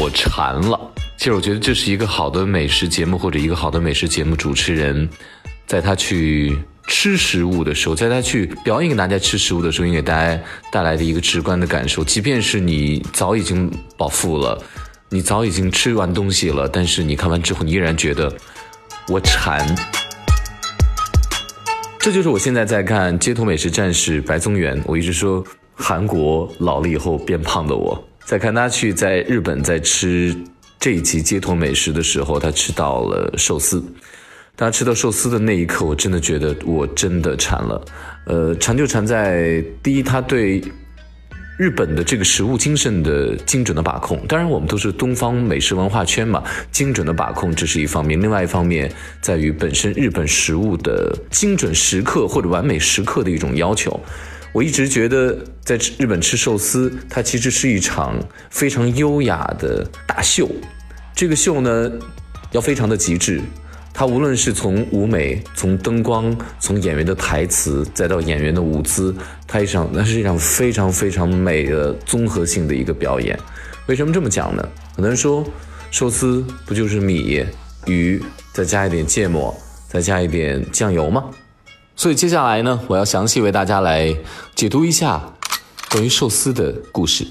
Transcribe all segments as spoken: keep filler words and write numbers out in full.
我馋了。其实我觉得这是一个好的美食节目，或者一个好的美食节目主持人，在他去吃食物的时候，在他去表演给大家吃食物的时候，应给大家带来的一个直观的感受，即便是你早已经饱腹了，你早已经吃完东西了，但是你看完之后，你依然觉得我馋。这就是我现在在看《街头美食战士》白宗元，我一直说韩国老了以后变胖的我，在看他去在日本在吃这一集街头美食的时候，他吃到了寿司。当他吃到寿司的那一刻，我真的觉得我真的馋了。呃，馋就馋在第一，他对日本的这个食物精神的精准的把控，当然我们都是东方美食文化圈嘛，精准的把控这是一方面，另外一方面在于本身日本食物的精准时刻或者完美时刻的一种要求。我一直觉得在日本吃寿司，它其实是一场非常优雅的大秀，这个秀呢要非常的极致，它无论是从舞美，从灯光，从演员的台词，再到演员的舞姿，它一场那是一场非常非常美的综合性的一个表演。为什么这么讲呢？很多人说寿司不就是米、鱼，再加一点芥末，再加一点酱油吗？所以接下来呢，我要详细为大家来解读一下关于寿司的故事。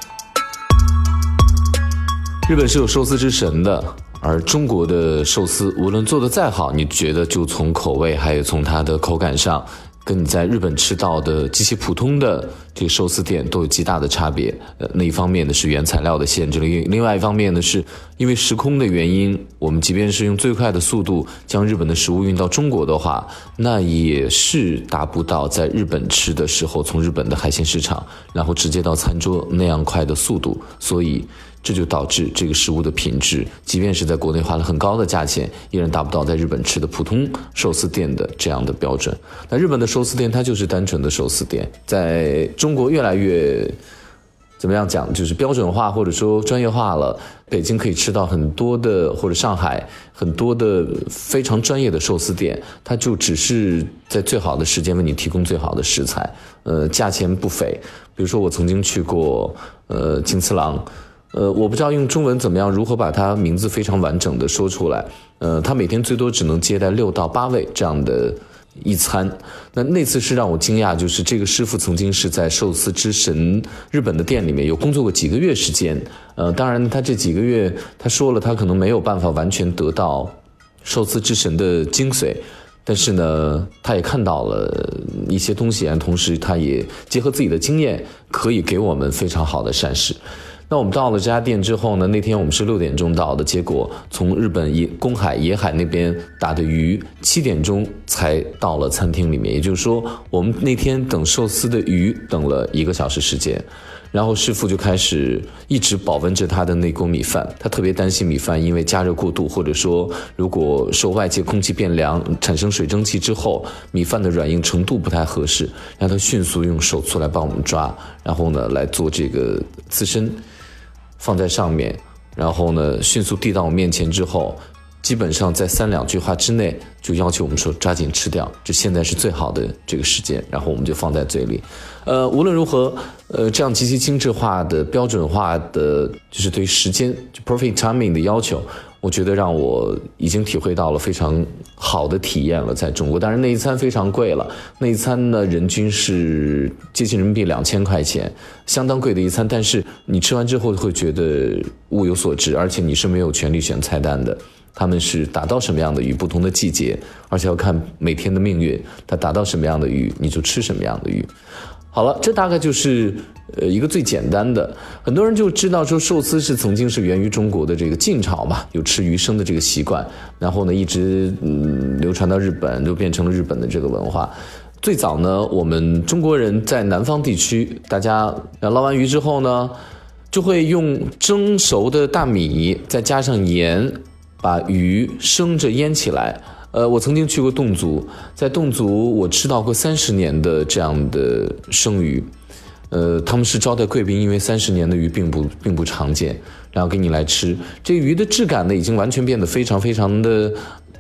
日本是有寿司之神的，而中国的寿司无论做得再好，你觉得就从口味还有从它的口感上，跟你在日本吃到的极其普通的这个寿司店都有极大的差别。呃，那一方面呢是原材料的限制，另外一方面呢是因为时空的原因，我们即便是用最快的速度将日本的食物运到中国的话，那也是达不到在日本吃的时候从日本的海鲜市场然后直接到餐桌那样快的速度，所以这就导致这个食物的品质，即便是在国内花了很高的价钱，依然达不到在日本吃的普通寿司店的这样的标准。那日本的寿司店它就是单纯的寿司店，在中国越来越怎么样讲，就是标准化或者说专业化了。北京可以吃到很多的，或者上海很多的非常专业的寿司店，它就只是在最好的时间为你提供最好的食材，呃，价钱不菲。比如说我曾经去过呃金次郎。呃，我不知道用中文怎么样，如何把它名字非常完整的说出来。呃，他每天最多只能接待六到八位这样的一餐。那那次是让我惊讶，就是这个师傅曾经是在寿司之神日本的店里面有工作过几个月时间。呃，当然他这几个月他说了，他可能没有办法完全得到寿司之神的精髓。但是呢，他也看到了一些东西，同时他也结合自己的经验，可以给我们非常好的膳食。那我们到了这家店之后呢，那天我们是六点钟到的，结果从日本野公海野海那边打的鱼，七点钟才到了餐厅里面。也就是说，我们那天等寿司的鱼等了一个小时时间。然后师傅就开始一直保温着他的那锅米饭，他特别担心米饭因为加热过度，或者说如果受外界空气变凉产生水蒸气之后，米饭的软硬程度不太合适，让他迅速用手搓来帮我们抓，然后呢来做这个刺身放在上面，然后呢迅速递到我面前之后，基本上在三两句话之内就要求我们说抓紧吃掉，这现在是最好的这个时间，然后我们就放在嘴里。呃，无论如何，呃，这样极其精致化的标准化的，就是对于时间就 perfect timing 的要求，我觉得让我已经体会到了非常好的体验了，在中国。当然那一餐非常贵了，那一餐呢人均是接近人民币两千块钱，相当贵的一餐，但是你吃完之后会觉得物有所值，而且你是没有权利选菜单的。他们是打到什么样的鱼，不同的季节，而且要看每天的命运，它打到什么样的鱼，你就吃什么样的鱼。好了，这大概就是呃一个最简单的。很多人就知道说寿司是曾经是源于中国的这个晋朝嘛，有吃鱼生的这个习惯，然后呢一直嗯流传到日本，就变成了日本的这个文化。最早呢，我们中国人在南方地区，大家捞完鱼之后呢，就会用蒸熟的大米再加上盐，把鱼生着腌起来。呃，我曾经去过侗族，在侗族我吃到过三十年的这样的生鱼，呃，他们是招待贵宾，因为三十年的鱼并不并不常见，然后给你来吃。这个鱼的质感呢，已经完全变得非常非常的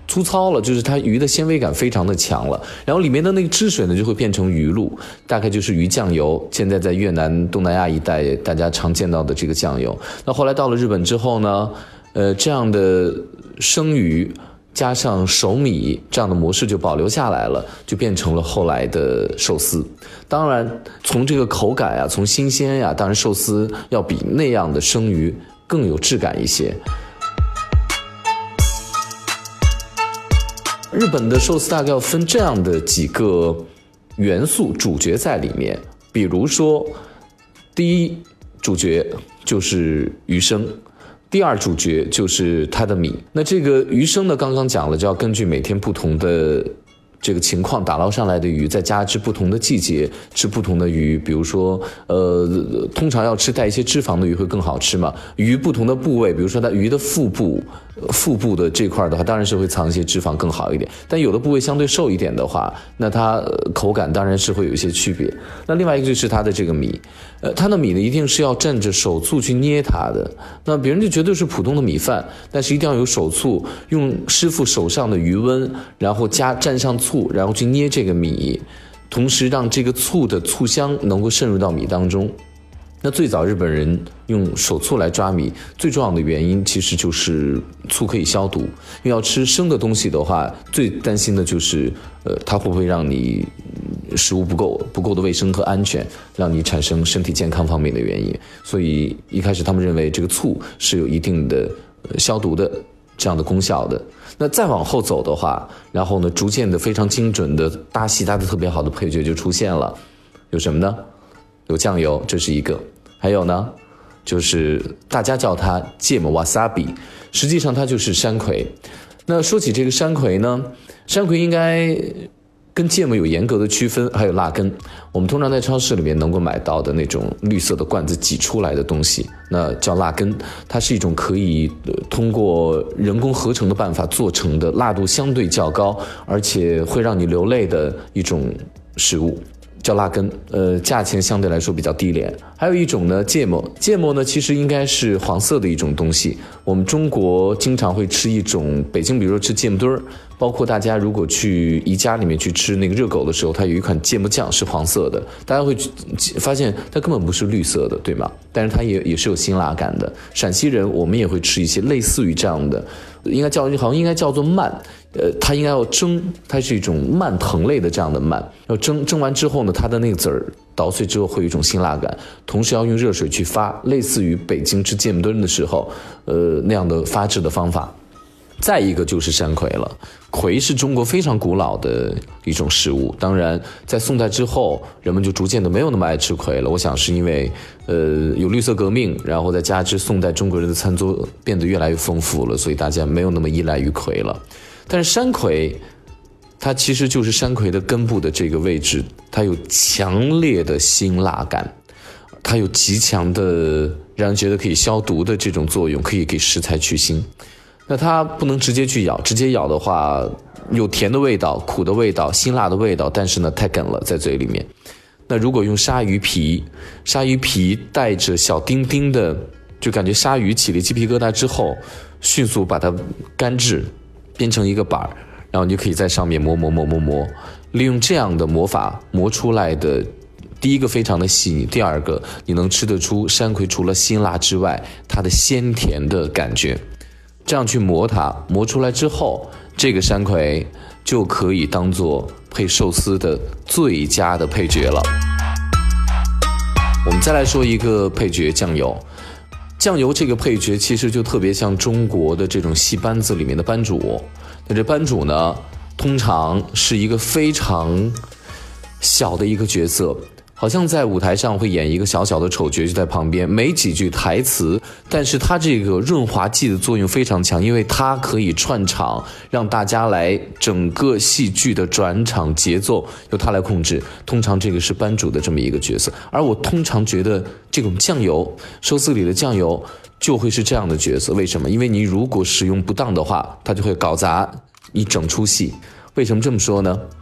粗糙了，就是它鱼的纤维感非常的强了，然后里面的那个汁水呢就会变成鱼露，大概就是鱼酱油，现在在越南东南亚一带大家常见到的这个酱油。那后来到了日本之后呢，呃，这样的生鱼加上熟米这样的模式就保留下来了，就变成了后来的寿司。当然从这个口感呀，从新鲜呀，当然寿司要比那样的生鱼更有质感一些。日本的寿司大概要分这样的几个元素主角在里面，比如说第一主角就是鱼生，第二主角就是它的米。那这个鱼生呢，刚刚讲了，就要根据每天不同的这个情况打捞上来的鱼，再加之不同的季节吃不同的鱼，比如说呃，通常要吃带一些脂肪的鱼会更好吃嘛。鱼不同的部位，比如说它鱼的腹部腹部的这块的话，当然是会藏一些脂肪更好一点，但有的部位相对瘦一点的话，那它口感当然是会有一些区别。那另外一个就是它的这个米，呃，它的米呢一定是要蘸着手醋去捏它的。那别人就觉得是普通的米饭，但是一定要有手醋，用师傅手上的余温，然后加蘸上醋，然后去捏这个米，同时让这个醋的醋香能够渗入到米当中。那最早日本人用手醋来抓米，最重要的原因其实就是醋可以消毒。因为要吃生的东西的话，最担心的就是呃，它会不会让你食物不够不够的卫生和安全，让你产生身体健康方面的原因。所以一开始他们认为这个醋是有一定的、呃、消毒的这样的功效的。那再往后走的话，然后呢，逐渐的非常精准的搭戏搭的特别好的配角就出现了。有什么呢？有酱油，这是一个。还有呢，就是大家叫它芥末 wasabi， 实际上它就是山葵。那说起这个山葵呢，山葵应该跟芥末有严格的区分，还有辣根。我们通常在超市里面能够买到的那种绿色的罐子挤出来的东西，那叫辣根，它是一种可以、呃、通过人工合成的办法做成的，辣度相对较高，而且会让你流泪的一种食物。叫辣根，呃，价钱相对来说比较低廉。还有一种呢，芥末，芥末呢其实应该是黄色的一种东西。我们中国经常会吃一种，北京比如说吃芥末墩儿，包括大家如果去宜家里面去吃那个热狗的时候，它有一款芥末酱是黄色的，大家会发现它根本不是绿色的，对吗？但是它也也是有辛辣感的。陕西人我们也会吃一些类似于这样的，应该叫好像应该叫做鳗。呃，它应该要蒸，它是一种蔓藤类的这样的鳗，要蒸，蒸完之后呢，它的那个籽儿捣碎之后会有一种辛辣感，同时要用热水去发，类似于北京吃芥末墩的时候，呃那样的发制的方法。再一个就是山葵了，葵是中国非常古老的一种食物，当然在宋代之后，人们就逐渐的没有那么爱吃葵了。我想是因为呃有绿色革命，然后再加之宋代中国人的餐桌变得越来越丰富了，所以大家没有那么依赖于葵了。但是山葵它其实就是山葵的根部的这个位置，它有强烈的辛辣感，它有极强的让人觉得可以消毒的这种作用，可以给食材去腥。那它不能直接去咬，直接咬的话有甜的味道、苦的味道、辛辣的味道，但是呢太梗了在嘴里面。那如果用鲨鱼皮，鲨鱼皮带着小丁丁的，就感觉鲨鱼起了鸡皮疙瘩之后，迅速把它干制编成一个板，然后你就可以在上面磨磨磨磨磨，利用这样的磨法磨出来的，第一个非常的细腻，第二个你能吃得出山葵除了辛辣之外，它的鲜甜的感觉。这样去磨它，磨出来之后，这个山葵就可以当做配寿司的最佳的配角了。我们再来说一个配角，酱油。酱油这个配角其实就特别像中国的这种戏班子里面的班主。那这班主呢，通常是一个非常小的一个角色，好像在舞台上会演一个小小的丑角，就在旁边，没几句台词，但是他这个润滑剂的作用非常强，因为它可以串场，让大家来整个戏剧的转场节奏由他来控制。通常这个是班主的这么一个角色，而我通常觉得这种酱油，寿司里的酱油就会是这样的角色。为什么？因为你如果使用不当的话，它就会搞砸一整出戏。为什么这么说呢？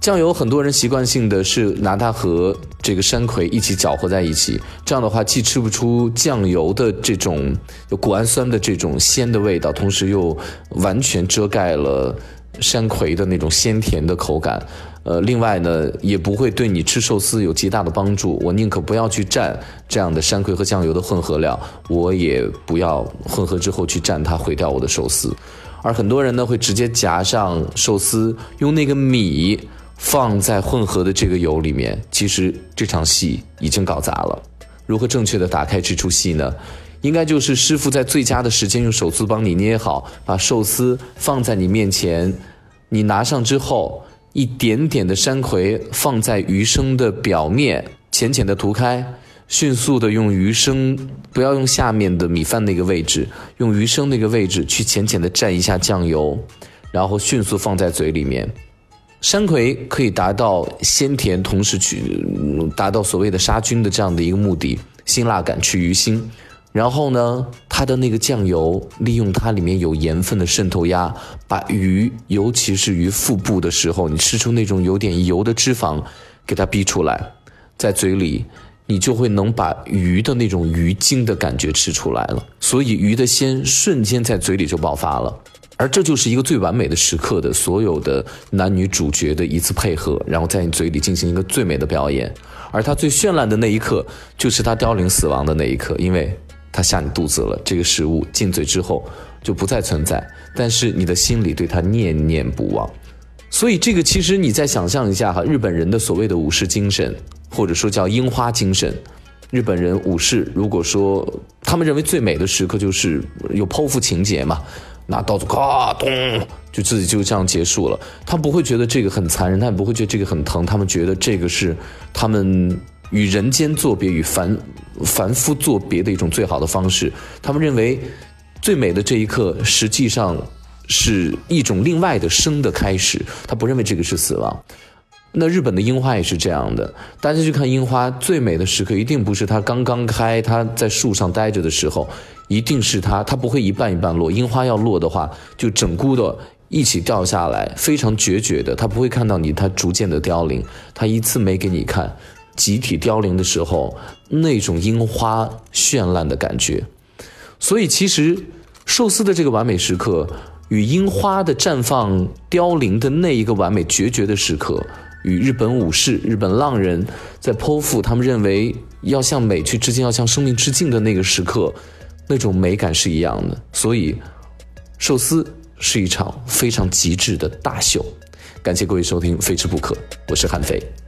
酱油很多人习惯性的是拿它和这个山葵一起搅和在一起，这样的话既吃不出酱油的这种有谷氨酸的这种鲜的味道，同时又完全遮盖了山葵的那种鲜甜的口感。呃，另外呢，也不会对你吃寿司有极大的帮助。我宁可不要去蘸这样的山葵和酱油的混合料，我也不要混合之后去蘸它，毁掉我的寿司。而很多人呢，会直接夹上寿司，用那个米放在混合的这个油里面。其实这场戏已经搞砸了。如何正确的打开这出戏呢？应该就是师傅在最佳的时间用手撕帮你捏好，把寿司放在你面前，你拿上之后，一点点的山葵放在鱼生的表面，浅浅的涂开，迅速的用鱼生，不要用下面的米饭那个位置，用鱼生那个位置去浅浅的蘸一下酱油，然后迅速放在嘴里面。山葵可以达到鲜甜，同时去达到所谓的杀菌的这样的一个目的，辛辣感去鱼腥。然后呢，它的那个酱油利用它里面有盐分的渗透压，把鱼，尤其是鱼腹部的时候，你吃出那种有点油的脂肪给它逼出来，在嘴里你就会能把鱼的那种鱼精的感觉吃出来了，所以鱼的鲜瞬间在嘴里就爆发了。而这就是一个最完美的时刻的所有的男女主角的一次配合，然后在你嘴里进行一个最美的表演。而它最绚烂的那一刻就是它凋零死亡的那一刻，因为它下你肚子了，这个食物进嘴之后就不再存在，但是你的心里对它念念不忘。所以这个其实你再想象一下哈，日本人的所谓的武士精神，或者说叫樱花精神。日本人武士如果说他们认为最美的时刻就是有剖腹情节嘛，拿刀子咔咚就自己就这样结束了，他不会觉得这个很残忍，他也不会觉得这个很疼，他们觉得这个是他们与人间作别，与凡凡夫作别的一种最好的方式。他们认为最美的这一刻实际上是一种另外的生的开始，他不认为这个是死亡。那日本的樱花也是这样的，大家去看樱花，最美的时刻一定不是它刚刚开，它在树上待着的时候，一定是它，它不会一半一半落。樱花要落的话，就整股的一起掉下来，非常决绝的，它不会看到你，它逐渐的凋零，它一次没给你看，集体凋零的时候，那种樱花绚烂的感觉。所以其实寿司的这个完美时刻，与樱花的绽放凋零的那一个完美决绝的时刻，与日本武士、日本浪人在剖腹，他们认为要向美去致敬，要向生命致敬的那个时刻，那种美感是一样的。所以寿司是一场非常极致的大秀。感谢各位收听非吃不可，我是韩非。